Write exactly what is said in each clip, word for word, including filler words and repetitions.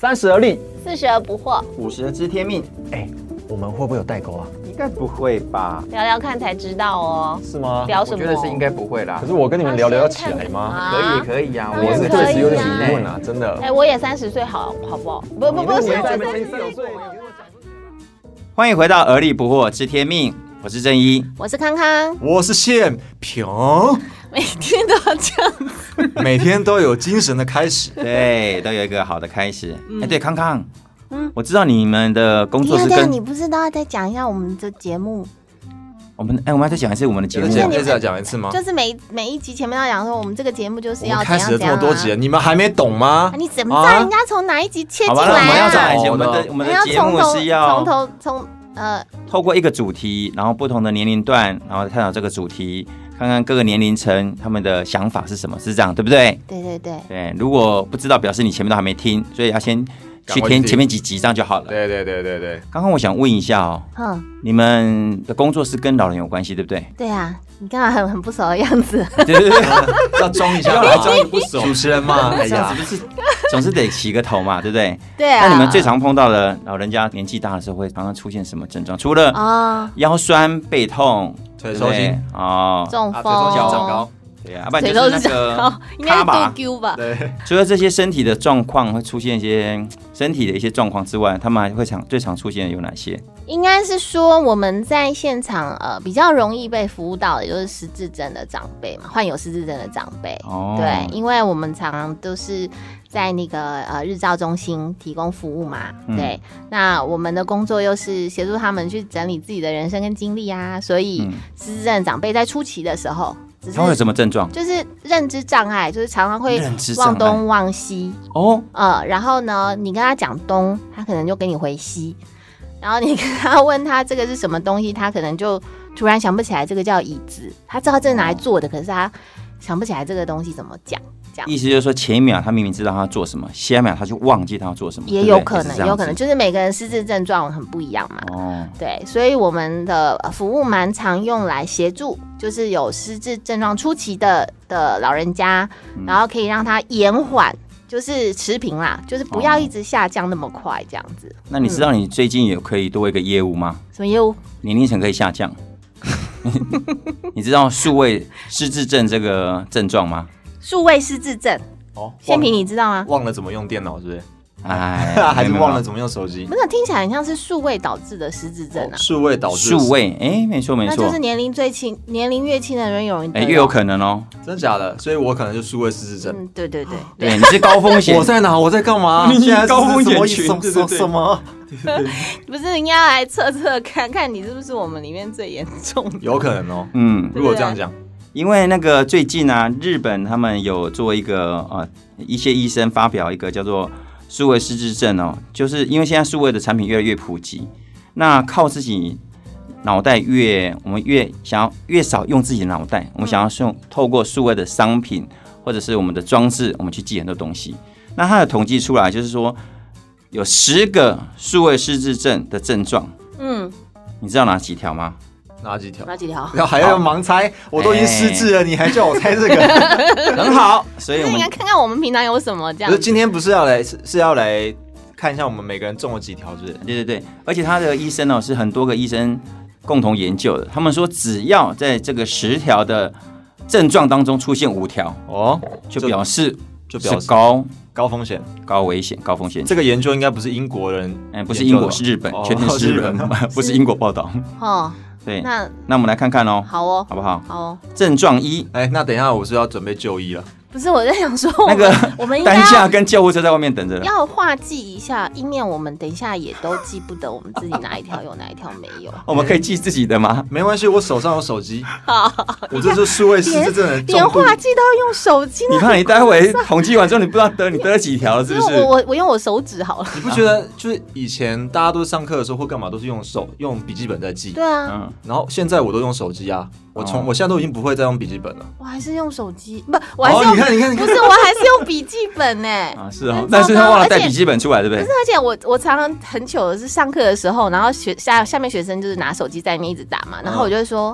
三十而立， 四十而不惑， 五十而知天命。 哎，我们会不会有代沟啊？ 应该不会吧？ 聊聊看才知道哦。 是吗？ 聊什么？ 我觉得是应该不会啦。 可是我跟你们聊聊要起来吗？ 可以可以啊， 我是对此有点疑问啊，真的。 哎，我也三十岁，好好不好？不不不是，我三十岁。 欢迎回到而立不惑知天命，我是正一， 我是康康， 我是宪平， 每天都要这样子， 每天都有精神的开始， 对，都有一个好的开始。哎、嗯欸，对，康康， 嗯， 我知道你们的工作是跟你不是都要再讲一下我们的节目？ 我们哎、欸，我们要再讲一次我们的节目， 可以再讲一次吗？ 就是每每一集前面要讲说，我们这个节目就是要我们开始了这么多集了， 啊、 你们还没懂吗？ 啊、你怎么知道人家从哪一集切进来、啊？ 好吧，我们要讲哪一集？我们的我们的节目是要从头从呃， 透过一个主题，然后不同的年龄段，然后探讨这个主题，看看各个年龄层他们的想法是什么，是这样对不对？ 对对对对，如果不知道，表示你前面都还没听，所以要先去听前面几集，这样就好了。 对对对对对。 刚刚我想问一下哦，嗯，你们的工作是跟老人有关系，对不对？ 对啊，你干嘛很很不熟的样子？ 对对对， 要装一下， 要来装也不熟， 主持人嘛， 哎呀，是不是总是得起个头嘛，对不对？ 对啊。 那你们最常碰到的老人家年纪大的时候，会常常出现什么症状？除了啊腰酸背痛、 腿抽筋哦、 中风、 脚长高。 对啊，不然就是那个应该是肚丢吧。 对， 除了这些身体的状况会出现一些身体的一些状况之外，他们还会常最常出现的有哪些？ 应该是说我们在现场呃比较容易被服务到的就是失智症的长辈嘛，患有失智症的长辈。哦，对，因为我们常常都是在那个呃日照中心提供服务嘛，嗯、对，那我们的工作又是协助他们去整理自己的人生跟经历啊，所以失智症的长辈在初期的时候。 他会有什么症状？ 就是认知障碍，就是常常会忘东忘西哦。呃，然后呢，你跟他讲东，他可能就跟你回西；然后你跟他问他这个是什么东西，他可能就突然想不起来这个叫椅子。他知道这是拿来做的，可是他想不起来这个东西怎么讲。 意思就是说，前一秒他明明知道他要做什么，下一秒他就忘记他要做什么， 也有可能，也有可能，就是每个人失智症状很不一样嘛。哦，对，所以我们的服务蛮常用来协助，就是有失智症状初期的的老人家，嗯、然后可以让他延缓，就是持平啦，就是不要一直下降那么快这样子。 那你知道你最近有可以多一个业务吗？ 什么业务？ 年龄层可以下降。你知道数位失智症这个症状吗？ 数位失智症哦，宪平你知道吗？ 忘了怎么用电脑是不是？ 哎， 还是忘了怎么用手机？ 那个听起来很像是数位导致的失智症啊。 数位导致数位，哎，没错没错， 那就是年龄最轻、年龄越轻的人有人得， 哎，越有可能哦。 真的假的？所以我可能就数位失智症。 嗯，对对对， 对，你是高风险。 我在哪？我在干嘛？ 你是高风险群， 什么什么？ 不是，应该要来测测看看你是不是我们里面最严重的。 有可能哦。 嗯， 如果这样讲。 因为那个最近啊，日本他们有做一个呃，一些医生发表一个叫做数位失智症哦，就是因为现在数位的产品越来越普及，那靠自己脑袋越我们越想要越少用自己的脑袋，我们想要用透过数位的商品或者是我们的装置，我们去记很多东西。那它的统计出来就是说，有十个数位失智症的症状，嗯，你知道哪几条吗？ 哪几条？ 哪几条？ 还要用盲猜？我都已经失智了，欸、你还叫我猜这个？ 很好，所以我们应该看看我们平常有什么这样。 可是今天不是要来是是要来看一下我们每个人中了几条，是不是？ 对对对，而且他的医生哦是很多个医生共同研究的，他们说只要在这个十条的症状当中出现五条哦，就表示就表示高高风险、 高危险、高风险。 这个研究应该不是英国人， 哎，不是英国，是日本，确定是日本，不是英国报道。哦。对，那那我们来看看哦， 好哦， 好不好？ 好哦。 症状一， 哎，那等一下我是要准备就医了。 不是，我在想说， 那个我们应该担架跟救护车在外面等着， 要画记一下，以免我们等一下也都记不得我们自己哪一条有哪一条没有。 我们可以记自己的吗？ 没关系，我手上有手机。好，我这是数位失智症的重度， 连画记都要用手机。 你看，你待会统计完之后，你不知道得你得了几条了，是不是？ 我我我用我手指好了。 你不觉得就是以前大家都上课的时候或干嘛都是用手用笔记本在记？ 对啊， 嗯，然后现在我都用手机啊。我从、哦、我现在都已经不会再用笔记本了， 我还是用手机，不，我还是用、 哦、你看你看你看， 不是，我还是用笔记本呢、欸。 啊，是哦，但是他忘了带笔记本出来，对不对？ 不是，而且我我常常很糗的是上课的时候，然后学下下面学生就是拿手机在那边一直打嘛，然后我就会说。嗯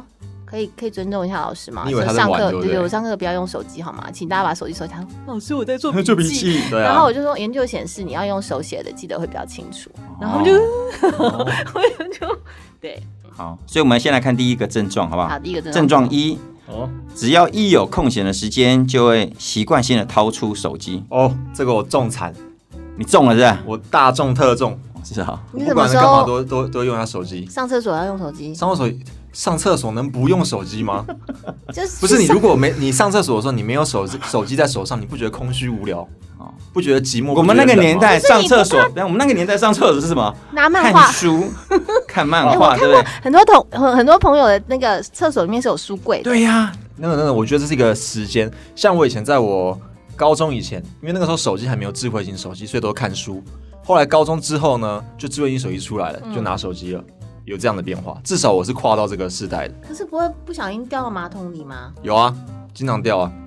可以可以尊重一下老师吗？ 你以为他在上课玩对不对对，我上课不要用手机好吗？请大家把手机收起来。老师我在做做笔记， 对啊。 然后我就说，研究显示你要用手写的，记得会比较清楚。然后就， 哦、 我就对。 好，所以我们先来看第一个症状，好不好？ 好，第一个症状。 症状一，哦，只要一有空闲的时间，就会习惯性的掏出手机。 哦，这个我中惨， 你中了是吧？ 我大中特中， 是啊。 你不管是干嘛都都都用下手机。 上厕所要用手机？ 上厕所上厕所能不用手机吗？ 就是不是你如果没你上厕所的时候你没有手手机在手上，你不觉得空虚无聊？不觉得寂寞？ 我们那个年代上厕所，我们那个年代上厕所是什么？ 拿漫画、 看书、看漫画，对不对？ 很多同很多朋友的那个厕所里面是有书柜。 对呀， 那个那个，我觉得这是一个时间。像我以前在我高中以前，因为那个时候手机还没有智慧型手机，所以都看书。后来高中之后呢，就智慧型手机出来了，就拿手机了。有这样的变化，至少我是跨到这个世代的。 可是不会不小心掉到马桶里吗？ 有啊，经常掉啊。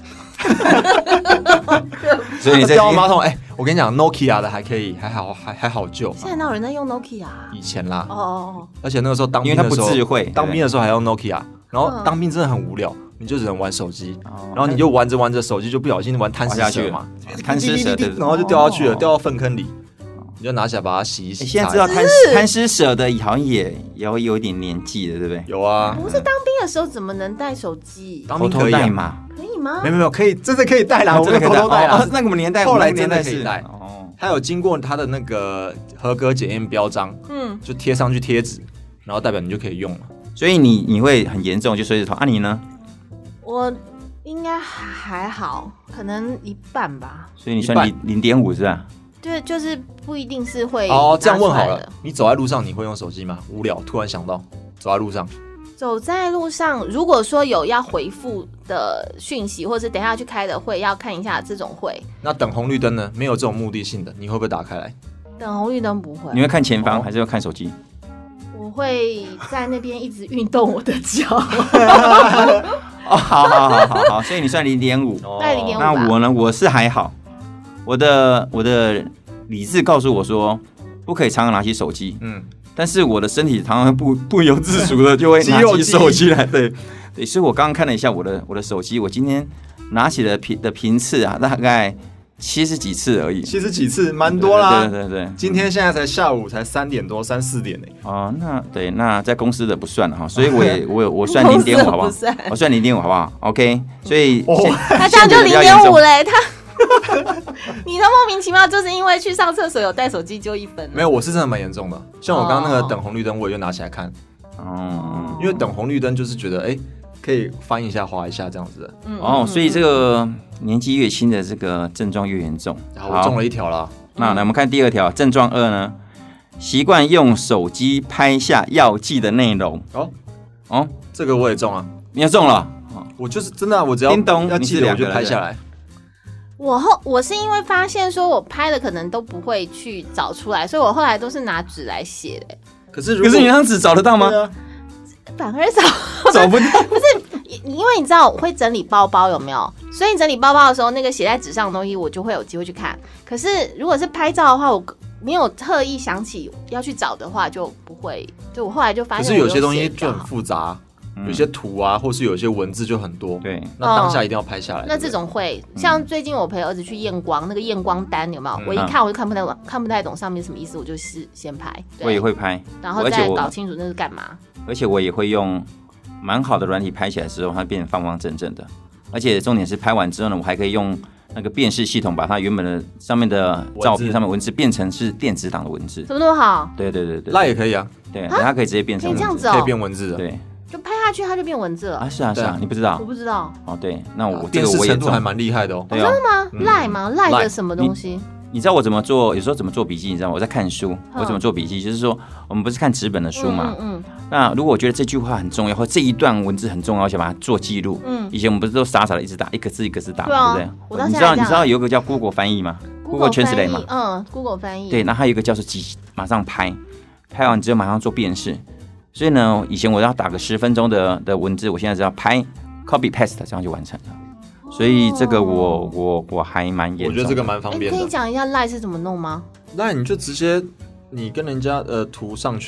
所以你在掉到马桶，哎、欸，我跟你讲 ，Nokia 的还可以，还好，还还好救。 现在哪有人在用 Nokia？ 以前啦。 哦哦哦。 而且那个时候当兵的时候， 因为它不智慧， 当兵的时候还用 Nokia， 然后当兵真的很无聊，你就只能玩手机，然后你就玩着玩着手机就不小心玩贪吃蛇嘛， 贪吃蛇， 然后就掉下去了，掉到粪坑里。你就拿起来把它洗一洗。 现在知道贪贪吃蛇的好像也也会有一点年纪的，对不对？ 有啊。 不是当兵的时候怎么能带手机？ 当兵可以嘛？ 可以吗？ 没有没有，可以，真的可以带啦， 我们偷偷带啦。那个年代， 后来真的可以带。哦，它有经过它的那个合格检验标章，嗯，就贴上去贴纸，然后代表你就可以用了。 所以你你会很严重就摔着头啊？你呢？ 我应该还好，可能一半吧。 所以你算零零点五是吧？ 对，就是不一定是会。 哦，这样问好了，你走在路上你会用手机吗？无聊，突然想到，走在路上。 走在路上，如果说有要回复的讯息，或者是等一下去开的会要看一下这种会， 那等红绿灯呢？没有这种目的性的，你会不会打开来？ 等红绿灯不会。 你会看前方、哦、还是要看手机？ 我会在那边一直运动我的脚。 哦，好好好好好，所以你算零点五， 对零点五。 那我呢？我是还好，我的我的理智告诉我说，不可以常常拿起手机。嗯。但是我的身体常常不不由自主的就会拿起手机来，对对，所以我刚刚看了一下我的我的手机，我今天拿起的频的频次啊，大概七十几次而已， 七十几次，蛮多啦。 对对对， 今天现在才下午才三点多，三四点呢。 哦，那对，那在公司的不算了哈，所以我也我我算零点五好不好？我算零点五好不好 ？OK， 所以他这样就零点五嘞，他。你都莫名其妙，就是因为去上厕所有带手机就一分。 没有，我是真的蛮严重的。像我刚刚那个等红绿灯，我也就拿起来看。哦，因为等红绿灯就是觉得，哎、欸，可以翻一下、滑一下这样子的。 嗯、哦，所以这个年纪越轻的这个症状越严重。 我中了一条了。 那来我们看第二条，症状二呢，习惯用手机拍下要记的内容。哦哦，这个我也中啊。 你也中了？ 我就是真的、啊，我只要要记得我就拍下来。 我后我是因为发现说我拍的可能都不会去找出来，所以我后来都是拿纸来写的。 可是可是你那张纸找得到吗？ 反而找找不到。 不是，因为你知道我会整理包包有没有？所以你整理包包的时候，那个写在纸上的东西我就会有机会去看。可是如果是拍照的话，我没有特意想起要去找的话，就不会。就我后来就发现， 可是有些东西就很复杂。有些图啊，或是有些文字就很多， 对， 那当下一定要拍下来。 哦、那这种会，像最近我陪儿子去验光，那个验光单有没有？嗯、我一看我就看不太看不太懂上面什么意思，我就是先拍。 我也会拍， 然后再搞清楚那是干嘛。 而且我也会用蛮好的软体拍起来之后，它变得方方正正的。而且重点是拍完之后呢，我还可以用那个辨识系统把它原本的上面的照片上面文字变成是电子档的文字。 怎么那么好？ 对对对对， 那也可以啊。 对，它可以直接变成文字， 可以这样子哦， 可以变文字的。 对。 就拍下去，它就变文字了啊！是啊，是啊，你不知道？ 我不知道。 哦，对，那我电视程度还蛮厉害的哦。 真的吗？赖吗？赖的什么东西？ 你知道我怎么做？有时候怎么做笔记？你知道吗？我在看书，我怎么做笔记？就是说，我们不是看纸本的书嘛？嗯嗯。那如果我觉得这句话很重要，或这一段文字很重要，我想把它做记录。嗯。以前我们不是都傻傻的一直打，一个字一个字打，对不对？ 我到现在你知道你知道有一个叫 Google 翻译吗 ？Google Translate 吗？ 嗯 ，Google 翻译。 对，那还有一个叫做即马上拍，拍完之后马上做辨识。所以呢，以前我要打个十分钟的的文字，我现在只要拍 copy paste 这样就完成了。所以这个我我我还蛮严重的， 我觉得这个蛮方便的。 可以讲一下 Line 是怎么弄吗？ Line 你就直接你跟人家呃图上去，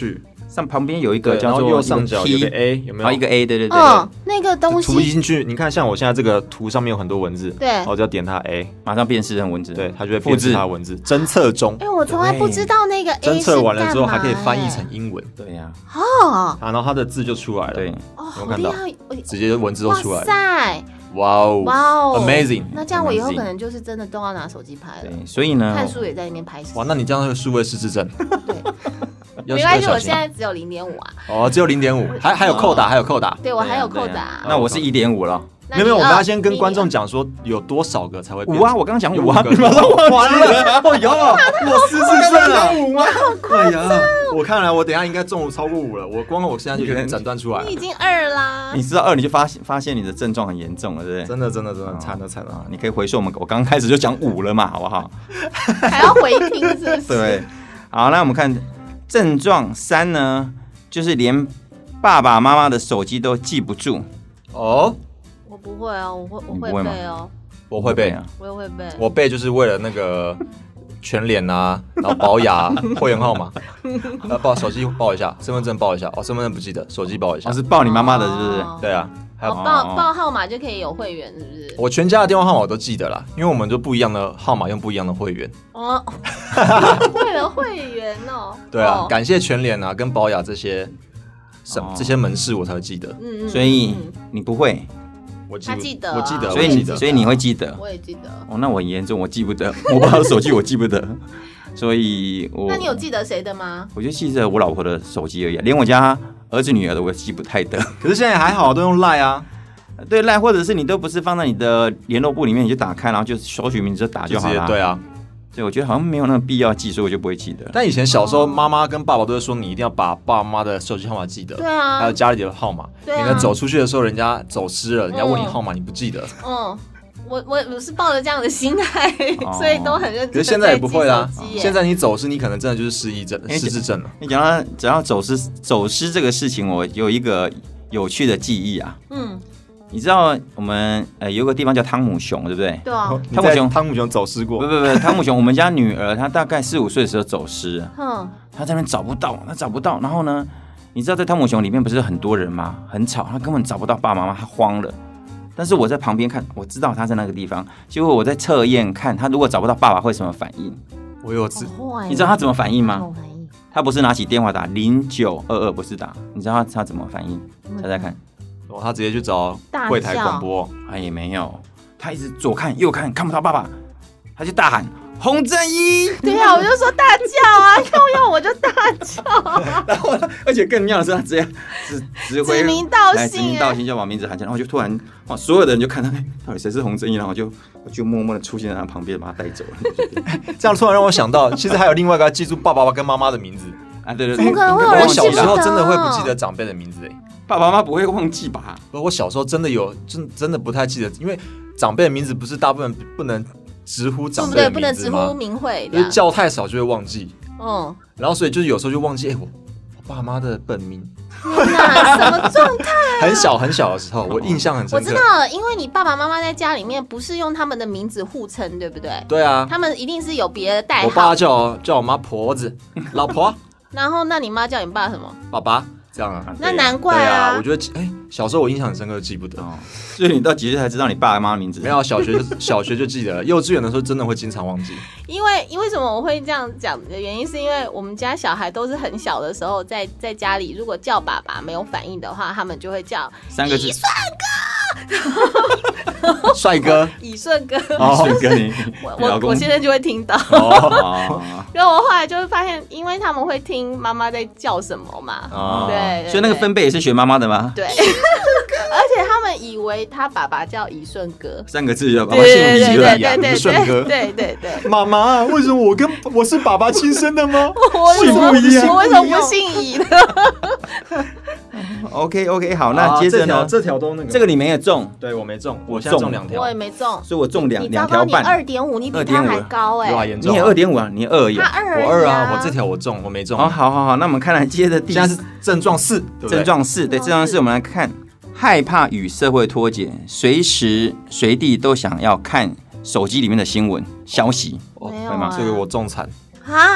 上旁边有一个叫做右上角有个 A， 有没有？ 一个 A， 对对对， 嗯，那个东西涂进去，你看像我现在这个图上面有很多文字， 对， 然后只要点它 A， 马上辨识成文字， 对，它就会辨识它的文字。侦测中， 哎，我从来不知道那个 A 侦测完了之后还可以翻译成英文， 对呀， 哦， 然后它的字就出来了， 对， 有没有看到？直接文字都出来了， 哇塞！ 哇哦， 哇哦 ，amazing！ 那这样我以后可能就是真的都要拿手机拍了。 对，所以呢， 看书也在里面拍。 哇，那你这样会数位失智症。 对，没关系，我现在只有零点五啊。 哦，只有零点五，还还有扣打，还有扣打。 对，我还有扣打。 那我是一点五了。 没有没有，我们要先跟观众讲说有多少个才会五啊！我刚刚讲五啊， 你马上完了！哦哟，我失智症了，五吗？哎呀，我看来我等一下应该中超过五了。我光我现在就已经诊断出来了， 你已经二啦。 你知道二，你就发现发现你的症状很严重了，对不对？ 真的真的真的惨了惨了！ 你可以回溯我们，我刚开始就讲五了嘛，好不好？ 还要回听是不是？ 对，好，那我们看症状三呢，就是连爸爸妈妈的手机都记不住哦。 我不会啊，我会我会背哦， 我会背啊， 我也会背。 我背就是为了那个全联啊，然后保雅会员号码，呃，报手机报一下，身份证报一下，哦，身份证不记得，手机报一下。 哦，是报你妈妈的，是不是？ 对啊， 还有报报号码就可以有会员，是不是？ 我全家的电话号码我都记得啦，因为我们就不一样的号码用不一样的会员。 哦，为了会员哦。 对啊，感谢全联啊，跟保雅这些这些门市我才会记得。 嗯嗯。 所以你不会。 我他记得， 我记得， 所以你所以你会记得， 我也记得。 哦，那我很严重，我记不得，我爸的手机我记不得，所以我。 那你有记得谁的吗？ 我就记得我老婆的手机而已，连我家儿子女儿的我也记不太得。 可是现在还好，都用 Line 啊， 对 Line， 或者是你都不是放在你的联络簿里面，你就打开，然后就搜取名字就打就好了。 对啊。 对，我觉得好像没有那个必要记，所以我就不会记得。 但以前小时候，妈妈跟爸爸都会说，你一定要把爸妈的手机号码记得， 对啊， 还有家里的号码。 对啊， 你能走出去的时候，人家走失了，人家问你号码，你不记得。 嗯，我我我是抱着这样的心态，所以都很认真。 可是现在也不会啦，现在你走失，你可能真的就是失忆症、失智症了。 你讲到只要走失走失这个事情，我有一个有趣的记忆啊。嗯。你知道我们呃有个地方叫汤姆熊，对不对？ 对啊， 汤姆熊，汤姆熊走失过。 不不不，汤姆熊，我们家女儿她大概四五岁的时候走失了，嗯，她在那边找不到，她找不到，然后呢，你知道在汤姆熊里面不是很多人吗？很吵，她根本找不到爸爸妈妈，她慌了。但是我在旁边看，我知道她在那个地方，结果我在测验看她如果找不到爸爸会什么反应。 我有知， 你知道她怎么反应吗？她不是拿起电话打零九二二，不是打，你知道她她怎么反应？猜猜看。 哦，他直接去找柜台广播， 哎也没有，他一直左看右看看不到爸爸，他就大喊洪正一， 对啊，我就说大叫啊，要要我就大叫、啊， 然后而且更妙的是他直接指指挥指名道姓， 指名道姓就把名字喊起来，然后就突然哇，所有的人就看到，哎，到底谁是洪正一，然后就就默默的出现在他旁边，把他带走了。 这样突然让我想到，其实还有另外一个记住爸爸跟妈妈的名字啊，对对对，怎么可能会有人记得？ 我小时候真的会不记得长辈的名字哎。 爸爸妈妈不会忘记吧？ 我小时候真的有，真真的不太记得，因为长辈的名字不是大部分不能直呼长辈的名字吗？ 不能直呼名讳， 就是叫太少就会忘记。 嗯， 然后所以就是有时候就忘记，哎，我我爸妈的本名。 天哪，什么状态啊？ 很小很小的时候，我印象很深刻。 我知道了，因为你爸爸妈妈在家里面不是用他们的名字互称，对不对？ 对啊， 他们一定是有别的代号。 我爸叫我叫我妈婆子，老婆。 然后，那你妈叫你爸什么？ 爸爸。这样啊， 那难怪啊！ 对啊，我觉得哎、欸，小时候我印象很深刻，记不得。哦， 所以你到几岁才知道你爸妈的名字？ 没有，小学就小学就记得了，幼稚园的时候真的会经常忘记。 因为因为什么我会这样讲的原因，是因为我们家小孩都是很小的时候，在在家里如果叫爸爸没有反应的话，他们就会叫三个字。 帅哥， 以顺哥， 哦，顺哥你， 我我我现在就会听到。 哦， 然后我后来就会发现，因为他们会听妈妈在叫什么嘛，哦、对, 对， 所以那个分贝也是学妈妈的吗？ 对，而且他们以为他爸爸叫以顺哥， 三个字叫爸爸姓以顺以顺哥， 对对对。 妈妈，为什么我跟我是爸爸亲生的吗？ 我为什么不一样？我为什么不姓以呢 ？OK OK， 好，那接着呢？ 这条都那个， 这个你没有中， 对我没中，我现在中两条， 我也没中， 所以我中两两条半。 你二点五，你比他还高哎， 哇，严重！ 你也二点五啊？你二有， 他二， 我二啊，我这条我中，我没中。 哦，好好好，那我们看来接着第， 现在是症状四， 症状四，对，症状四，我们来看，害怕与社会脱节，随时随地都想要看手机里面的新闻消息， 没有吗？ 这个我中惨啊！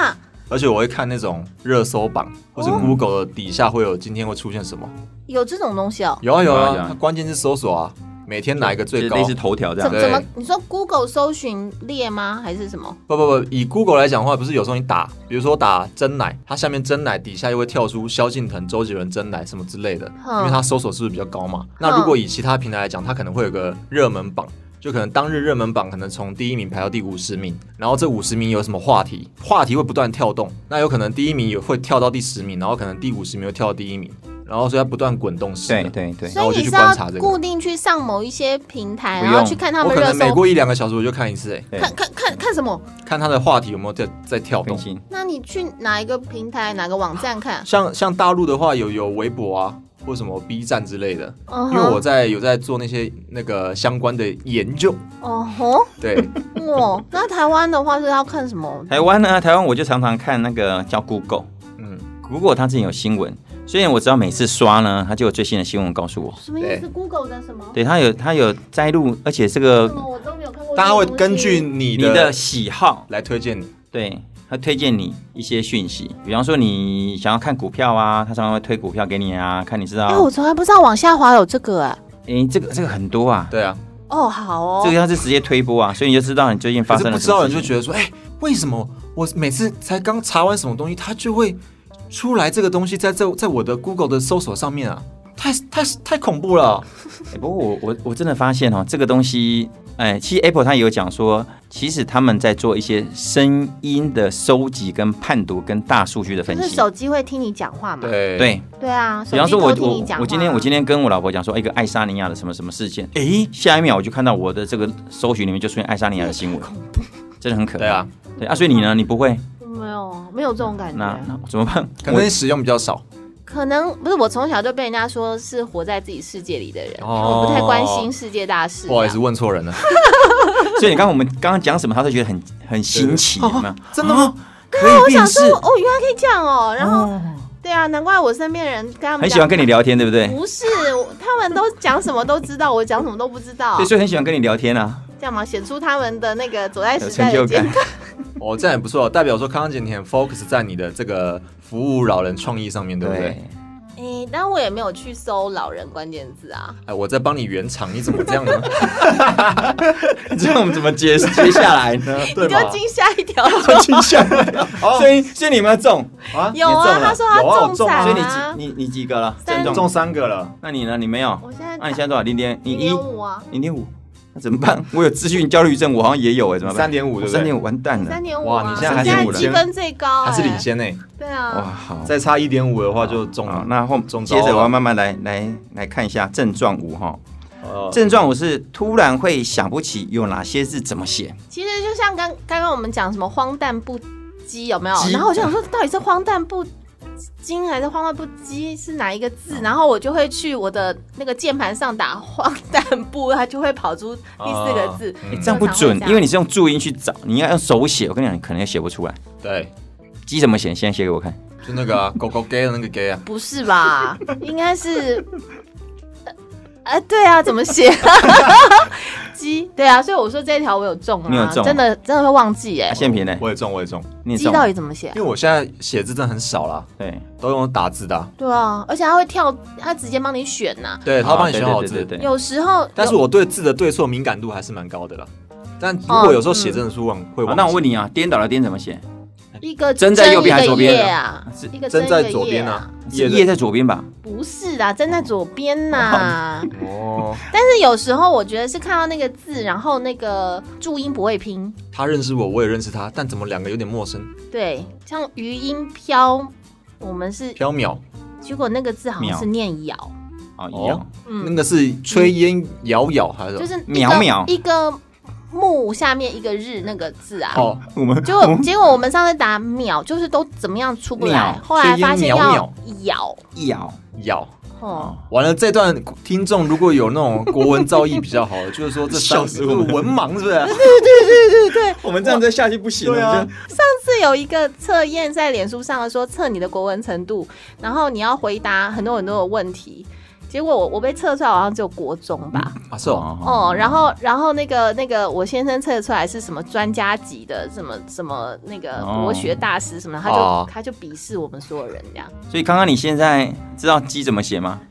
而且我会看那种热搜榜，或是 Google 的底下会有今天会出现什么。 有这种东西哦？ 有啊有啊，它关键是搜索啊。每天哪一个最高？ 类似头条这样。 怎么？你说 Google 搜寻列吗？还是什么？ 不不不，以 Google 来讲的话，不是有时候你打，比如说打真奶，它下面真奶底下又会跳出萧敬腾、周杰伦真奶什么之类的，因为它搜索是不是比较高嘛？那如果以其他平台来讲，它可能会有个热门榜。就可能当日热门榜可能从第一名排到第五十名，然后这五十名有什么话题，话题会不断跳动，那有可能第一名也会跳到第十名，然后可能第五十名会跳到第一名，然后所以它不断滚动式的。 对对对。 所以你是要固定去上某一些平台，然后去看他们热搜。 我可能每过一两个小时我就看一次、欸，哎， 看看看看什么？ 看他的话题有没有在在跳动。 那你去哪一个平台、哪个网站看？ 像像大陆的话有有微博啊。或什么 B 站之类的， uh-huh. 因为我在有在做那些那个相关的研究。 哦吼， 对， 哇，那台湾的话是要看什么？ 台湾呢？台湾我就常常看那个叫 Google， 嗯 ，Google 它之前有新闻，虽然我知道每次刷呢，它就有最新的新闻告诉我。 什么意思 ？Google 的什么？ 对，它有它有摘录，而且这个我都没有看过。 大家会根据你的你的喜好来推荐你， 对。他推荐你一些讯息，比方说你想要看股票啊，他常常会推股票给你啊，看你知道。 哎、欸，我从来不知道往下滑有这个哎、 欸。哎、欸，这个这个很多啊。 对啊。 哦，好哦。 这个它是直接推播啊，所以你就知道你最近发生了什么事情。 可是不知道人就觉得说，哎、欸，为什么我每次才刚查完什么东西，它就会出来这个东西在这在我的 Google 的搜索上面啊？太太太恐怖了。 欸、不过我我我真的发现哦，这个东西。哎，其实 Apple 它也有讲说，其实他们在做一些声音的收集、跟判读、跟大数据的分析。 就是手机会听你讲话嘛？ 对对对啊。 比方说我我我今天我今天跟我老婆讲说一个爱沙尼亚的什么什么事件，哎，下一秒我就看到我的这个搜寻里面就出现爱沙尼亚的新闻，真的很可怕。 对啊， 对啊，所以你呢？你不会？ 没有，没有这种感觉。 那那怎么办？ 可能你使用比较少。 可能不是，我从小就被人家说是活在自己世界里的人，哦、我不太关心世界大事。 不好意思，问错人了。 所以你刚刚我们刚刚讲什么，他都觉得很很新奇，有没有？ 真的吗？ 可以辨识哦，原来可以这样哦。然后，哦、对啊，难怪我身边人跟他们很喜欢跟你聊天，对不对？ 不是，他们都讲什么都知道，我讲什么都不知道。 对，所以很喜欢跟你聊天啊。 这样嘛，显出他们的那个走在时代的肩膀。 哦，这样也不错，代表说康康姐你很 focus 在你的这个服务老人创意上面，对不对？ 哎、欸，但我也没有去搜老人关键字啊。 哎，我在帮你圆场，你怎么这样呢？ 这样我们怎么接接下来呢？ 对吧？你就惊吓一条龙，惊吓。所以，所以你有没有中啊？有啊，他说他中彩、啊， 所以你几你你几个了？ 中中三个了。 那你呢？你没有？ 我现在， 那、啊、你现在多少？零点你一五啊？ 零点五。那怎么办？我有资讯焦虑症，我好像也有哎、欸，怎么办？ 三点五对不对？ 三点五完蛋了。 三点五哇，你现在还是五了， 积分最高、欸， 还是领先呢、欸。 对啊。 哇，好， 再差一点五的话就中了。 那后接着我要慢慢来来来看一下症状五哈。哦、症状五是突然会想不起有哪些字怎么写。 其实就像刚刚刚我们讲什么荒诞不羁有没有？然后我就想说，到底是荒诞不惊还是荒诞不羁是哪一个字？然后我就会去我的那个键盘上打荒诞不，它就会跑出第四个字。 哦嗯、这样不准，因为你是用注音去找，你应该用手写。我跟你讲，你可能也写不出来。 对， 鸡怎么写？现在写给我看。 就那个啊，狗狗 gay 的那个 gay 啊。 不是吧？应该是。呃，对啊，怎么写？鸡，对啊，所以我说这一条我有中啊， 你有中， 真的真的会忘记哎、欸。 宪平呢？ 我也中，我也中。 鸡到底怎么写？ 因为我现在写字真的很少啦， 对， 都用打字的、啊。 对啊，而且他会跳，他直接帮你选呐、啊。 对，他帮你选好字。 对对对对有时候， 但是我对字的对错敏感度还是蛮高的啦。但如果有时候写真的书忘、嗯、会忘。 那我问你啊，颠倒的颠怎么写？ 一个针在右边还是左边啊？一个针在左边啊， 叶在左边吧？ 不是啊，针在左边呐。哦。但是有时候我觉得是看到那个字，然后那个注音不会拼。 他认识我，我也认识他，但怎么两个有点陌生？ 对，像余音飘，我们是飘渺， 结果那个字好像是念咬。 哦，咬。 嗯，那个是炊烟袅袅还是？ 就是渺渺一个。木下面一个日那个字啊， 哦，我们结果结果我们上次打秒，就是都怎么样出不来，后来发现要咬咬咬。哦，完了这段听众如果有那种国文造诣比较好的，就是说这三个文盲是不是？ 对对对对对， 我们这样再下去不行了。 啊、 上次有一个测验在脸书上说测你的国文程度，然后你要回答很多很多的问题。 结果我我被测出来好像只有国中吧。 啊，是哦。 哦，然后然后那个那个我先生测出来是什么专家级的，什么什么那个国学大师什么，他就、哦、他就鄙视我们所有人这样。 所以刚刚你现在知道鸡怎么写吗？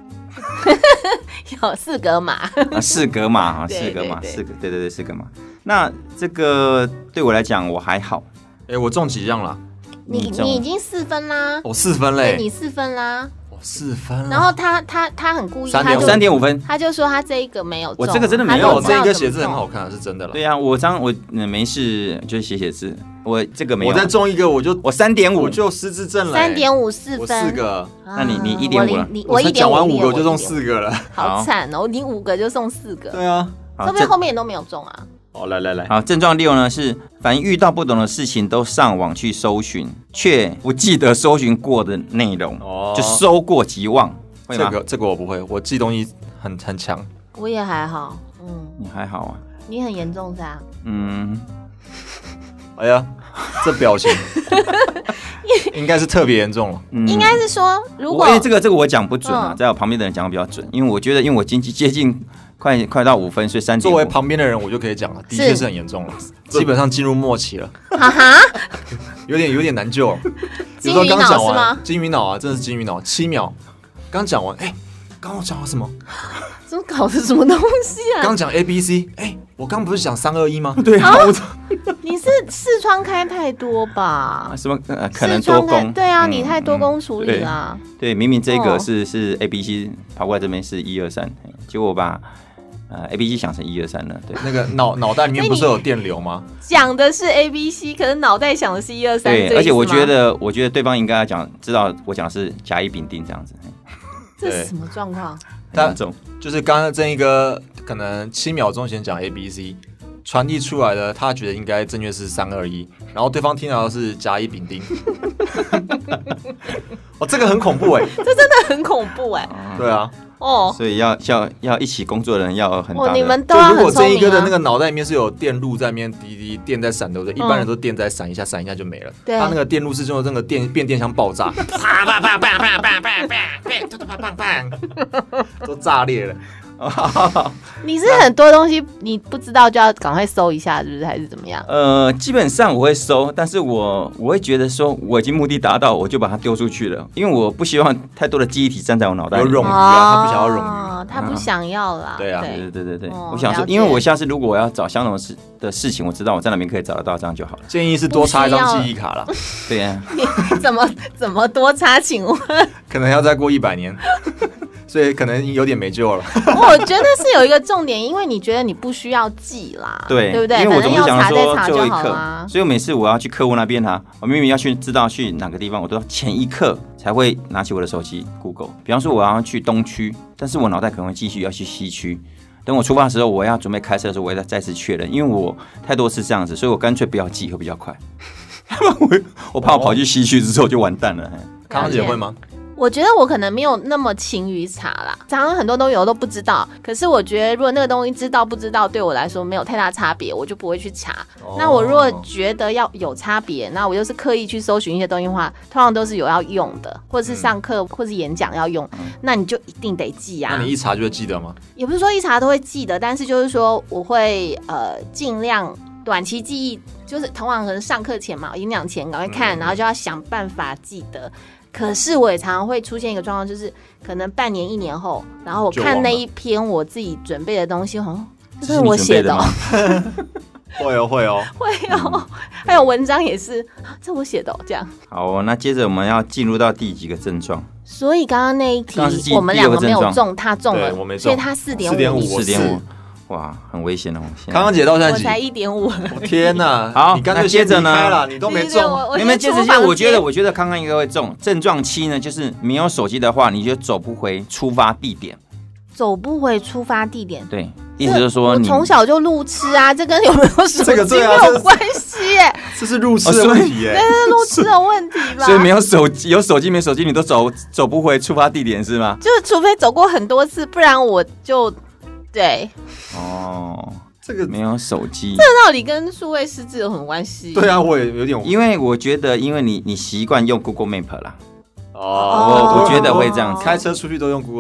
有四格码啊，四格码啊，四格码，四个，对对对，四格码。那这个对我来讲我还好， 哎、欸，我中几样了？ 你你已经四分啦， 我、哦、四分嘞， 你四分啦。 四分， 然后他他他很故意， 他就三点五分， 他就说他这一个没有中， 我这个真的没有，我这一个写字很好看，是真的了。 对啊，我张我没事就是写写字，我这个没有， 我再中一个我就我三点五， 我就失智症了， 三点五四分， 我四个， 那你你一点五了， 我一讲完五个我就中四个了， 好惨哦，你五个就送四个， 对啊， 说不定后面也都没有中啊。 哦，来来来， 好，症状六呢是凡遇到不懂的事情都上网去搜寻，却不记得搜寻过的内容，哦，就搜过即忘。 这个这个我不会，我记东西很很强。 我也还好，嗯， 你还好啊？ 你很严重是吧？ 嗯， 哎呀，这表情应该是特别严重了。 嗯、应该是说，如果哎、欸，这个这个我讲不准啊，嗯、在我旁边的人讲的比较准，因为我觉得，因为我经济接近快快到五分，所以三点。 作为旁边的人，我就可以讲了，的确是很严重了，基本上进入末期了。 哈哈， 有点有点难救了。 金鱼脑是吗？ 金鱼脑啊，真的是金鱼脑，七秒。刚讲完，哎、欸，刚我讲了什么？ 怎么搞的什么东西啊？ 刚讲 A B C， 哎、欸，我刚不是讲三二一吗？ 对啊，我你是视窗开太多吧？ 什么、呃、可能多工？ 对啊，嗯、你太多工处理啦、 嗯。对，明明这个是、哦、是 A B C 跑过来这边是一二三，结果我把呃 A B C 想成一二三了。对， 那个脑脑袋里面不是有电流吗？ 讲的是 A B C， 可是脑袋想的是一二三。 对，而且我觉得，我觉得对方应该要讲，知道我讲的是甲乙丙丁这样子。 这是什么状况？ 很重， 就是刚刚这一个可能七秒钟前讲 A B C， 传递出来的，他觉得应该正确是三二一，然后对方听到的是甲乙丙丁。哦，这个很恐怖哎、欸， 这真的很恐怖哎、 欸。对啊。 哦， 所以要要要一起工作的人要很大的。 哦，你们都要很聪明啊。 就如果这一个的那个脑袋里面是有电路在那边滴滴电在闪，对不对？一般人都电在闪一下，闪一下就没了。对，他那个电路是用那个电变电箱爆炸，啪啪啪啪啪啪啪啪啪啪啪，都炸裂了。 你是很多东西你不知道就要赶快搜一下，是不是？还是怎么样？ 呃，基本上我会搜，但是我我会觉得说我已经目的达到，我就把它丢出去了，因为我不希望太多的记忆体站在我脑袋里。 有冗余啊，他不想要冗余， 他不想要啦。 对啊， 对对对对，我想说，因为我下次如果我要找相同的事的事情，我知道我在哪边可以找得到，这样就好了。 建议是多插一张记忆卡啦。 对呀， 你怎么怎么多插？请问？ 可能要再过一百年。所以可能有点没救了。 我觉得是有一个重点，因为你觉得你不需要记啦， 对， 对不对？ 因为我总是想说最后一刻， 啊、 所以我每次我要去客户那边啊，我明明要去知道去哪个地方，我都要前一刻才会拿起我的手机 Google。比方说我要去东区，但是我脑袋可能会继续要去西区。等我出发的时候，我要准备开车的时候，我要再次确认，因为我太多次这样子，所以我干脆不要记会比较快。我我怕我跑去西区之后就完蛋了。 康康姐会吗？ 我觉得我可能没有那么勤于查啦，常常很多东西我都不知道。可是我觉得如果那个东西知道不知道对我来说没有太大差别，我就不会去查。哦、那我如果觉得要有差别，那我又是刻意去搜寻一些东西的话，通常都是有要用的，或者是上课、嗯、或是演讲要用，嗯、那你就一定得记啊。 那你一查就会记得吗？ 也不是说一查都会记得，但是就是说我会呃尽量短期记忆，就是通常可能上课前嘛，演讲前赶快看，嗯、然后就要想办法记得。可是我也常常会出现一个状况，就是可能半年一年后，然后我看那一篇我自己准备的东西，好像这是我写的哦。 会哦会哦会哦，嗯、还有文章也是，这我写的哦，这样。 好，那接着我们要进入到第几个症状？ 所以刚刚那一题我们两个没有中，他中了， 我没中， 所以他四点五， 四点五。哇，很危险哦！ 康康姐到现在我才一点五， 天哪！ 好， 你干脆接着呢， 你都没中。 你们接着先，我觉得，我觉得康康应该会中。症状七呢，就是没有手机的话，你就走不回出发地点。 走不回出发地点， 对，意思就是说，你从小就路痴啊，这跟有没有手机没有关系耶。 这是路痴的问题耶， 这是路痴的问题吧？ 所以没有手机，有手机没手机，你都走走不回出发地点是吗？ 就是除非走过很多次，不然我就。对， 哦，这个没有手机， 这到底跟数位失智有什么关系？ 对啊，我也有点， 因为我觉得，因为你你习惯用 Google Map 啦， 哦， 我我觉得会这样子， 开车出去都用 Google Map。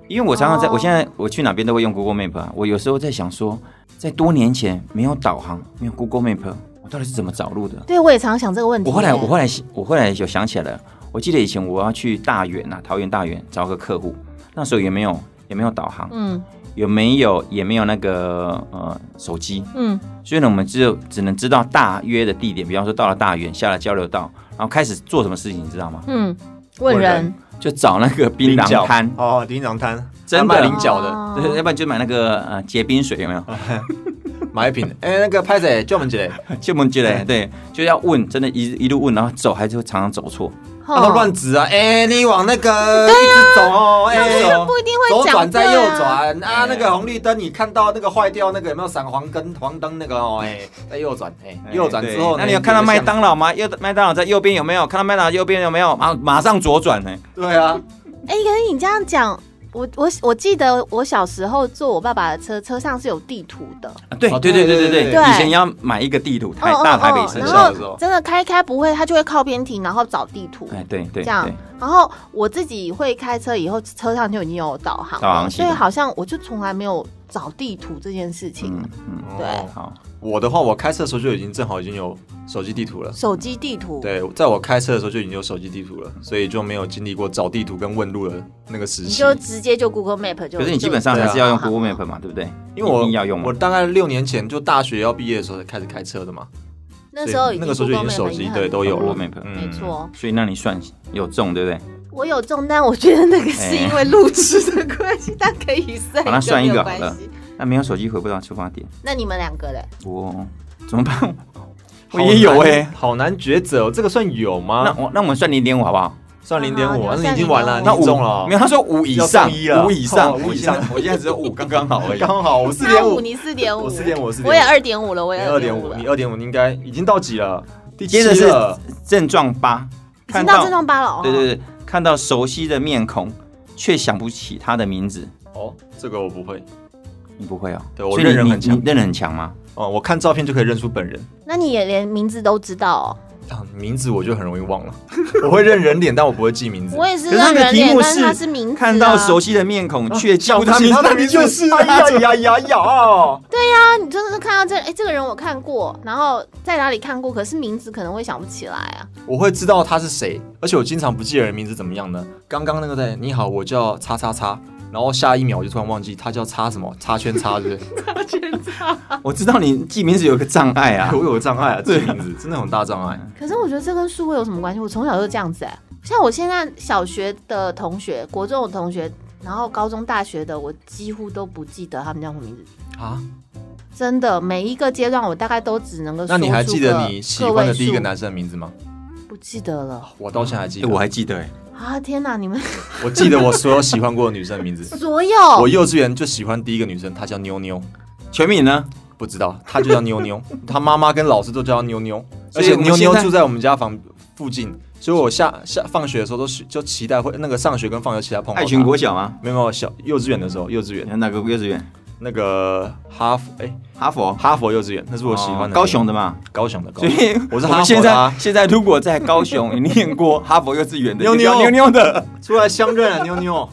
因为我常常在，我现在我去哪边都会用 Google Map 啊。我有时候在想说，在多年前没有导航，没有 Google Map， 我到底是怎么找路的？ 对，我也常常想这个问题。 我后来，我后来，我后来有想起来了。我记得以前我要去大园啊，桃园大园找个客户，那时候也没有也没有导航，嗯，有没有也没有那个呃手机，嗯，所以呢，我们只有只能知道大约的地点，比方说到了大园，下了交流道，然后开始做什么事情，你知道吗？ 嗯，问人。 就找那个槟榔摊哦，槟榔摊真的卖菱角的， 对，要不然就买那个呃结冰水，有没有？ 买一瓶，哎、欸，那个拍子叫我们姐， 叫我们姐，对，就要问，真的一一路问，然后走还是会常常走错， 然后乱指啊，哎、欸，你往那个一直走哦，哎、 欸，不一定会左转再右转啊，那个红绿灯你看到那个坏掉那个有没有闪黄灯黄灯那个哦，哎、欸，再右转，哎、欸，右转之后， 那你有看到麦当劳吗？右麦当劳在右边有没有？看到麦当劳右边有没有？马马上左转呢？ 对啊， 哎、欸，可是你这样讲。我我我记得我小时候坐我爸爸的车，车上是有地图的。 啊、对对对对对对，以前要买一个地图，台、哦、大台北市校的时候，真的开开不会，他就会靠边停，然后找地图。 哎，对对， 这样。然后我自己会开车以后，车上就已经有导航了，导航所以好像我就从来没有找地图这件事情。嗯嗯，对。 好，我的话，我开车的时候就已经正好已经有手机地图了。 手机地图。 对，在我开车的时候就已经有手机地图了，所以就没有经历过找地图跟问路的那个时期。 你就直接就 Google Map 就。 可是你基本上还是要用 Google Map 嘛，对不对？ 因为我一定要用。 我大概六年前就大学要毕业的时候才开始开车的嘛。 那时候那个时候就已经手机对都有了 Map， 没错。 所以那你算有中对不对？ 我有中，但我觉得那个是因为路痴的关系，但可以算。 把它算一个好了。那没有手机回不到出发点。 那你们两个嘞？ 我怎么办？我也有哎、欸， 好难抉择，这个算有吗？ 那我那我们算零点五好不好？ 算零点五，你已经完了，你中了。 没有，他说五以上，五以上， 五以上。 我现在只有五，刚刚好而已。 刚好，我四点五， 你四点五， 我四点五， 我也二点五了，我也二点五，你二点五，你应该已经到几了？第七了。症状八， 已经到症状八了。 对对对，看到熟悉的面孔，却想不起他的名字。 哦，这个我不会。 你不会哦？ 对，我认人很强， 你认人很强吗？ 哦，我看照片就可以认出本人。 那你也连名字都知道哦？ 啊，名字我就很容易忘了。我会认人脸，但我不会记名字。 我也是认人脸，但是他是名字、啊。 看到熟悉的面孔，却叫他名字， 他的名字就是哎呀呀呀呀！ 对呀、啊，你真的是看到这，哎，这个人我看过，然后在哪里看过，可是名字可能会想不起来啊。 我会知道他是谁，而且我经常不记得人名字，怎么样呢？刚刚那个在你好，我叫叉叉叉。然后下一秒我就突然忘记他叫叉什么，叉圈叉，对不对？ 叉圈叉。 我知道你记名字有个障碍啊， 我有个障碍啊，记名字真的很大障碍。 可是我觉得这跟数位有什么关系？我从小就这样子哎、欸，像我现在小学的同学、国中的同学，然后高中、大学的，我几乎都不记得他们叫什么名字啊。真的，每一个阶段我大概都只能够说出个。 那你还记得你喜欢的第一个男生的名字吗？ 不记得了。 我到现在还记得， 欸、我还记得哎、 欸。啊天哪！你们， 我记得我所有喜欢过的女生的名字， 所有。 我幼稚园就喜欢第一个女生，她叫妞妞。 全名呢？ 不知道，她就叫妞妞。她妈妈跟老师都叫她妞妞，而且妞妞住在我们家房附近，所以我下下放学的时候都就期待会那个上学跟放学期待碰到她。 爱群国小吗？ 没有没有，小幼稚园的时候，幼稚园哪个幼稚园？ 那个哈佛，哎、欸， 哈佛， 哈佛幼稚园，那是我喜欢的、 哦。高雄的嘛， 高雄的。 所以我是哈佛的、啊。 现在现在如果在高雄你念过哈佛幼稚园的， 妞妞妞妞的出来相认啊，妞妞。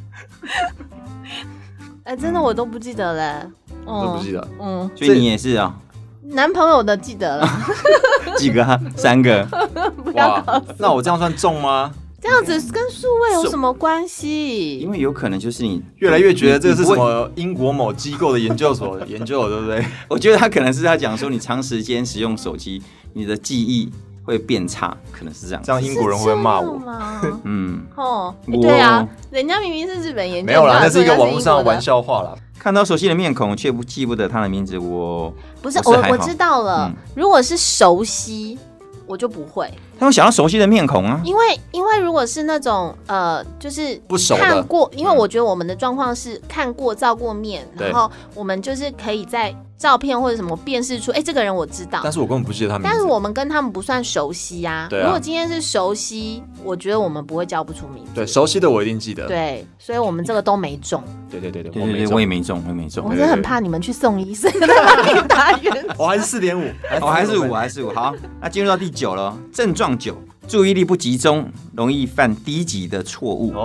哎、欸，真的我都不记得嘞， 我都不记得。 嗯， 所以你也是啊、哦。 男朋友的记得了。 几个、啊？三个。 哇， 那我这样算中吗？ 这样子跟数位有什么关系？ 因为有可能就是你越来越觉得这个是什么英国某机构的研究所研究，对不对？ 我觉得他可能是他讲说，你长时间使用手机，你的记忆会变差，可能是这样。 这样英国人会不会骂我？ 嗯， 哦，对啊，人家明明是日本研究， 没有啦，那是一个网络上的玩笑话啦。 看到熟悉的面孔却不记不得他的名字，我不是我我知道了、嗯。如果是熟悉，我就不会。 他会想到熟悉的面孔啊， 因为因为如果是那种呃，就是不熟的看过，因为我觉得我们的状况是看过照过面，然后我们就是可以在照片或者什么辨识出，哎、欸，这个人我知道， 但是我根本不记得他名字。 但是我们跟他们不算熟悉啊。 对啊， 如果今天是熟悉，我觉得我们不会叫不出名字。 对，熟悉的我一定记得。 对，所以我们这个都没中。 对对对对， 我没中，我也没中，我也没中。 我真的很怕你们去送医生，在那里打圆。 我还是四点五， 我还是五，还是五。好，那进入到第九了，症状九。注意力不集中，容易犯低级的错误。 哦，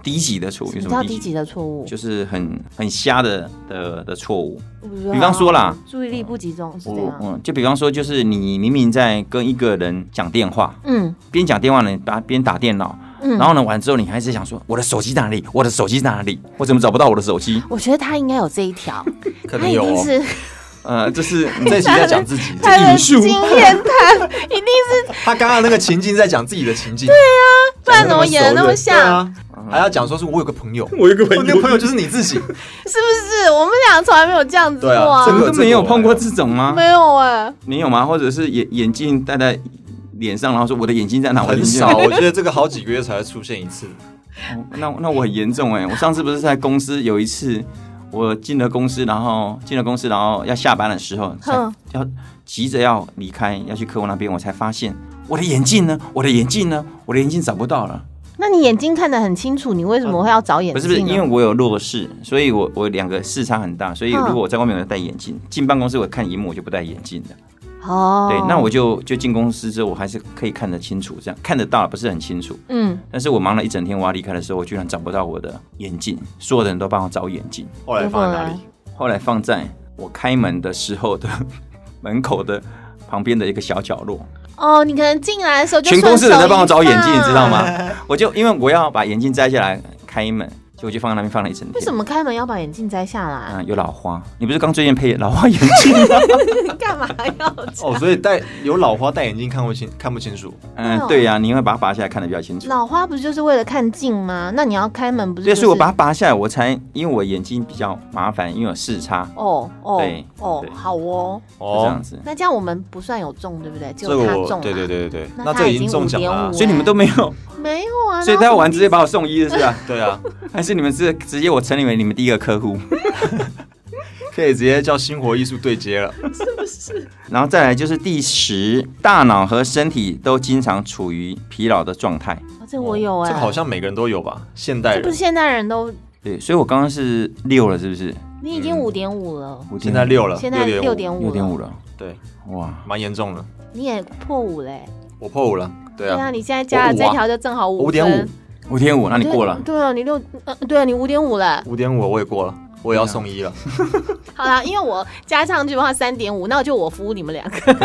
低级的错误。有什么叫低级的错误？ 就是很很瞎的的的错误。比方说啦， 注意力不集中是这样。 嗯，就比方说，就是你明明在跟一个人讲电话，嗯，边讲电话呢，边打电脑。嗯、然后呢，完之后你还是想说我的手机在哪里？我的手机在哪里？我怎么找不到我的手机？ 我觉得他应该有这一条， 可能有哦。 呃，这是这一集在讲自己， 他的经验谈一定是他刚刚那个情境在讲自己的情境。 对啊，不然怎么演的那么像？ 啊、还要讲说是我有个朋友， 我有个朋友， 我那个朋友就是你自己，是不是？我们俩从来没有这样子过啊， 真的、啊、没有碰过这种吗？ 没有哎、欸， 你有吗？或者是眼眼镜戴在脸上，然后说我的眼睛在哪？ 很少，我觉得这个好几个月才会出现一次。 哦、那那我很严重哎、欸！我上次不是在公司有一次。我进了公司，然后进了公司，然后要下班的时候，才要急着要离开，要去客户那边，我才发现我的眼镜呢？我的眼镜呢？我的眼镜找不到了。 那你眼睛看得很清楚，你为什么会要找眼镜、啊？ 不是不是，因为我有弱视，所以我我两个视差很大，所以如果我在外面有戴眼镜，进办公室我看荧幕我就不戴眼镜的。哦，对，那我就就进公司之后，我还是可以看得清楚，这样看得到，不是很清楚。嗯，但是我忙了一整天，我要离开的时候，我居然找不到我的眼镜，所有的人都帮我找眼镜。 后来放在哪里？ 后来放在我开门的时候的门口的旁边的一个小角落。 哦，你可能进来的时候就全公司的人在帮我找眼镜，你知道吗？我就因为我要把眼镜摘下来开门。我就放在那边放了一整天。 为什么开门要把眼镜摘下来？ 嗯，有老花。你不是刚最近配老花眼镜吗？ 干嘛要？ 哦，所以戴有老花戴眼镜看不清看不清楚。 嗯，对呀、啊，你因为把它拔下来看得比较清楚。 老花不是就是为了看近吗？那你要开门不是、就是？ 对，所以我把它拔下来，我才因为我眼睛比较麻烦，因为有视差。 哦哦， 对哦，好哦， 哦，这样子。 那这样我们不算有中，对不对？只有他中。 对对对对对。 那他已经中奖了，所以你们都没有。 没有啊。 所以他玩直接把我送医了，是吧？ 对啊。 还是你们是直接我成为你们第一个客户， 可以直接叫星火艺术对接了， 是不是？ 然后再来就是第十，大脑和身体都经常处于疲劳的状态。 哦、这我有哎、欸， 这个好像每个人都有吧？现代人这不是现代人都对，所以我刚刚是六了，是不是？ 你已经五点五了， 嗯、现在六了， 现在六点五， 六点五了。 对， 哇， 蛮严重的。 你也破五嘞、欸？ 我破五了，对啊。 对啊，你现在加了这条就正好五五点五。 五点五，那你过了。 对啊，你六，呃，对啊，你五点五了。 五点五我也过了，我也要送医了。 好啦，因为我加上去的话三点五，那就我服务你们两个。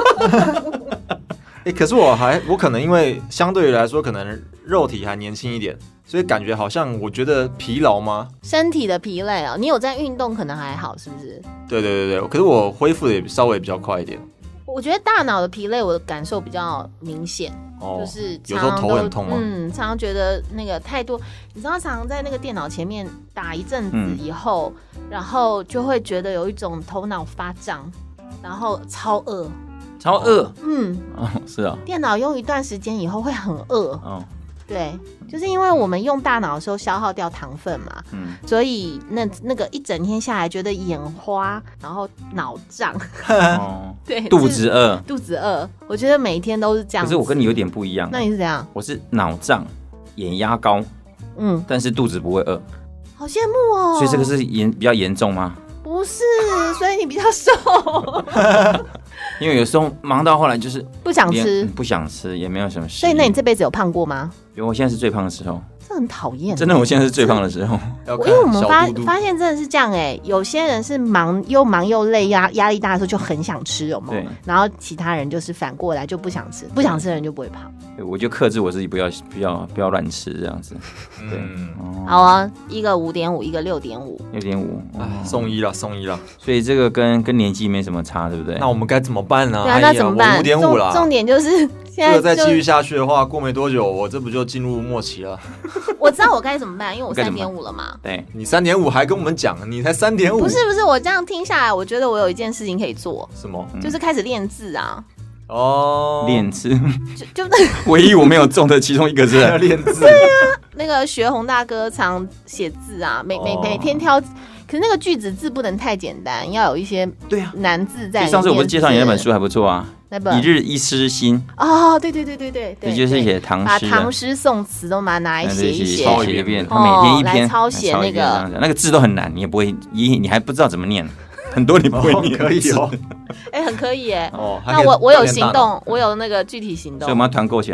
哎、欸，可是我还我可能因为相对于来说，可能肉体还年轻一点，所以感觉好像我觉得疲劳吗？ 身体的疲累啊，你有在运动可能还好，是不是？ 对对对对，可是我恢复的也稍微比较快一点。 我觉得大脑的疲累，我的感受比较明显。哦、就是有时候头很痛吗？ 嗯，常常觉得那个太多，你知道，常常在那个电脑前面打一阵子以后，嗯、然后就会觉得有一种头脑发胀，然后超饿， 超饿， 嗯， 哦，是啊， 电脑用一段时间以后会很饿，哦。对，就是因为我们用大脑的时候消耗掉糖分嘛，嗯，所以那那个一整天下来，觉得眼花，然后脑胀， 哦，对，肚子饿， 肚子饿，我觉得每一天都是这样。 可是我跟你有点不一样， 那你是怎样？ 我是脑胀，眼压高，嗯，但是肚子不会饿， 好羡慕哦。 所以这个是严比较严重吗？ 不是，所以你比较瘦。 因为有时候忙到后来就是不想吃， 不想吃，也没有什么事。 所以，那你这辈子有胖过吗？ 因为我现在是最胖的时候。 这很讨厌。 真的，我现在是最胖的时候。 因为我们发发现真的是这样哎、欸，有些人是忙又忙又累，压压力大的时候就很想吃，有没有？然后其他人就是反过来就不想吃，不想吃的人就不会胖。 对，我就克制我自己，不要不要不要乱吃这样子。对， 嗯哦、好啊，一个五点五，一个六点五， 六点五， 送医了，送医了。 所以这个跟跟年纪没什么差，对不对？ 那我们该怎么办呢？ 对啊，那怎么办？ 五点五了， 重点就是现在这个再继续下去的话，过没多久，我这不就进入末期了？ 我知道我该怎么办，因为我三点五了嘛。 对， 你三点五还跟我们讲，你才三点五。 不是不是，我这样听下来，我觉得我有一件事情可以做。 什么？ 就是开始练字啊。 哦，练字， 就就唯一我没有中的其中一个是练字。 对啊，那个学洪大哥常写字啊，每每每天挑。可是那个句子字不能太简单，要有一些对啊难字在里面。 上次我不是介绍你那本书还不错啊， 那本一日一诗心哦，对对对对对对， 这就是写唐诗， 把唐诗宋词都把它拿来写一写， 抄一遍，他每天一篇抄写那个那个字都很难，你也不会，你你还不知道怎么念，很多你不会念， 可以哦， 哎，很可以哎。哦，那我我有行动，我有那个具体行动， 所以我们要团购起来吗？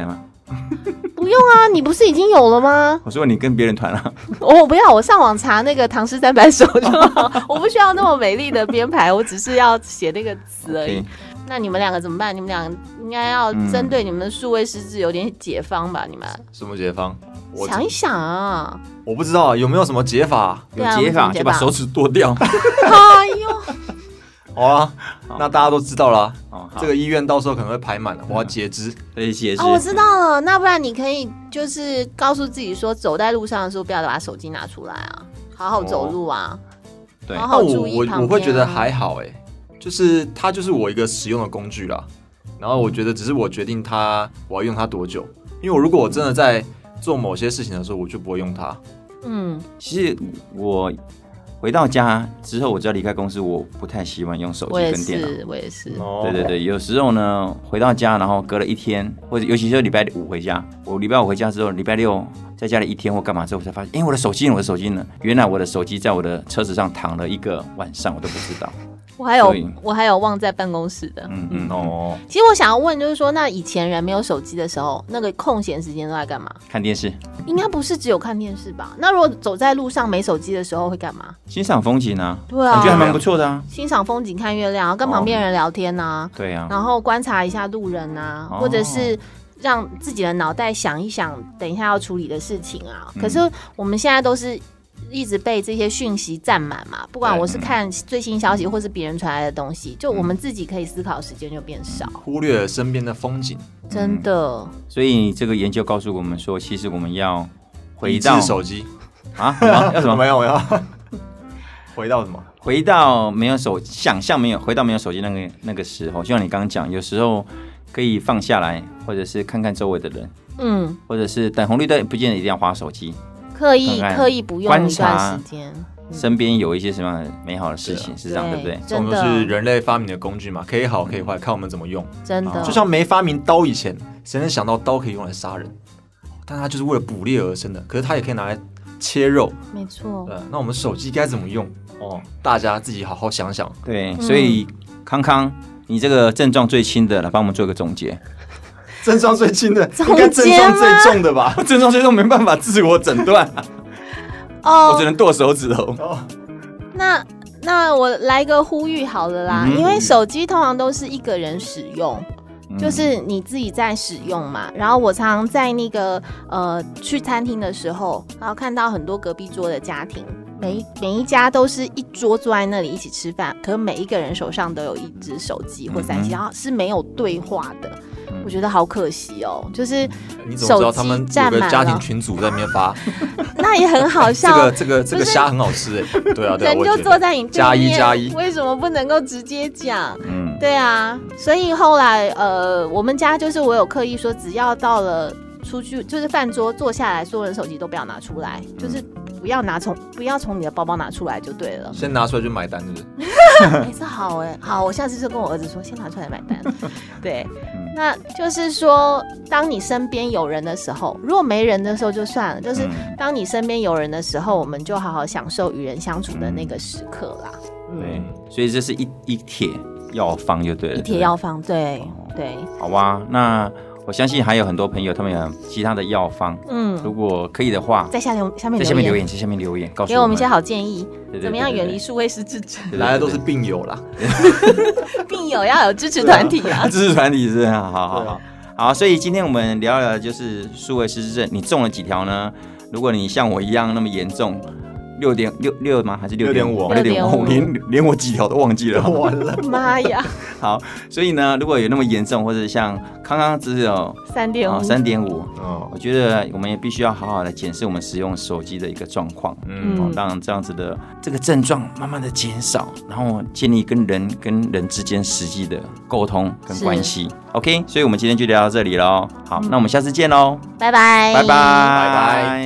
不用啊，你不是已经有了吗？ 我说你跟别人团了， 我不要，我上网查那个唐诗三百首就好，我不需要那么美丽的编排，我只是要写那个词而已。Okay. 那你们两个怎么办？你们两个应该要针对你们的数位失智有点解方吧？你们什么解方？ 想一想啊， 我不知道有没有什么解法。 有解法就把手指剁掉。 哎呦， 好啊，那大家都知道了、啊。这个医院到时候可能会排满了，我要截肢， 可以截肢。 哦，我知道了。那不然你可以就是告诉自己说，走在路上的时候不要把手机拿出来啊，好好走路啊。哦、 对， 好好注意旁边、啊、 我我会觉得还好哎、欸，就是它就是我一个使用的工具啦。然后我觉得只是我决定它我要用它多久，因为我如果我真的在做某些事情的时候，我就不会用它。 嗯， 其实我回到家之后，我只要离开公司，我不太习惯用手机跟电脑。 我也是， 我也是。对对对，有时候呢，回到家，然后隔了一天，或者尤其是礼拜五回家，我礼拜五回家之后，礼拜六在家里一天或干嘛之后，我才发现，哎，我的手机呢？我的手机呢？原来我的手机在我的车子上躺了一个晚上，我都不知道。 我还有我还有忘在办公室的， 嗯嗯哦。 其实我想要问，就是说，那以前人没有手机的时候，那个空闲时间都在干嘛？ 看电视。 应该不是只有看电视吧？那如果走在路上没手机的时候会干嘛？ 欣赏风景啊。 对啊， 我觉得还蛮不错的啊。 欣赏风景、看月亮，跟旁边人聊天啊。 对啊。 然后观察一下路人啊，哦、或者是让自己的脑袋想一想，等一下要处理的事情啊。嗯、可是我们现在都是。一直被这些讯息占满嘛，不管我是看最新消息或是别人传来的东西，就我们自己可以思考的时间就变少， 忽略了身边的风景， 真的、嗯。 所以这个研究告诉我们说，其实我们要回到手机啊，什么要什么？ 没有，我要回到什么？ 回到没有手，想象没有回到没有手机那个那个时候，就像你刚刚讲，有时候可以放下来，或者是看看周围的人，嗯，或者是等红绿灯，不见得一定要滑手机。 刻意刻意不用一段时间， 身边有一些什么样的美好的事情，是这样对不对？ 我们是人类发明的工具嘛，可以好可以坏，看我们怎么用。 真的， 就像没发明刀以前，谁能想到刀可以用来杀人？但它就是为了捕猎而生的，可是它也可以拿来切肉。 没错。 对，那我们手机该怎么用？哦，大家自己好好想想。 对，所以康康，你这个症状最轻的，来帮我们做一个总结。 症状最轻的，应该症状最重的吧？ 症状最重没办法自我诊断、啊，哦，我只能剁手指头。哦， 那那我来个呼吁好了啦，嗯、因为手机通常都是一个人使用，嗯、就是你自己在使用嘛。然后我常常在那个呃去餐厅的时候，然后看到很多隔壁桌的家庭。每, 每一家都是一桌坐在那里一起吃饭，可是每一个人手上都有一只手机或三 C，、嗯、然后是没有对话的。嗯、我觉得好可惜哦，就是你怎么知道他们有个家庭群组在那边发？ 那也很好笑。 这个这个这个虾很好吃哎、欸，对啊对啊， 人就坐在你对面， 加一加一， 为什么不能够直接讲？嗯，对啊，所以后来呃，我们家就是我有刻意说，只要到了出去就是饭桌坐下来，所有人手机都不要拿出来，就是。不要拿从不要从你的包包拿出来就对了， 先拿出来就买单，是不是？ 哎、欸，这好哎、欸，好，我下次就跟我儿子说，先拿出来买单。对，嗯、那就是说，当你身边有人的时候，如果没人的时候就算了，就是当你身边有人的时候，我们就好好享受与人相处的那个时刻啦。 嗯、对，所以这是一一帖药方就对了， 一帖药方，对、哦、对。 好吧，那。我相信还有很多朋友，他们有其他的药方。嗯，如果可以的话， 在下面下面在下面留言，在下面留言，告诉给我们一些好建议， 对对对对对， 怎么样远离数位失智症？ 来的都是病友啦， 病友要有支持团体啊， 支持团体是好好好好好。所以今天我们聊聊的就是数位失智症，你中了几条呢？如果你像我一样那么严重。六点六六吗？还是六点五？六点五，连连我几条都忘记了， 完了， 妈呀！ 好，所以呢，如果有那么严重，或者像康康只有三点五， 三点五，我觉得我们也必须要好好的检视我们使用手机的一个状况，嗯，哦、让这样子的这个症状慢慢的减少，然后建立跟人跟人之间实际的沟通跟关系。OK， 所以我们今天就聊到这里喽。好，嗯、那我们下次见喽， 拜拜， 拜拜，拜拜。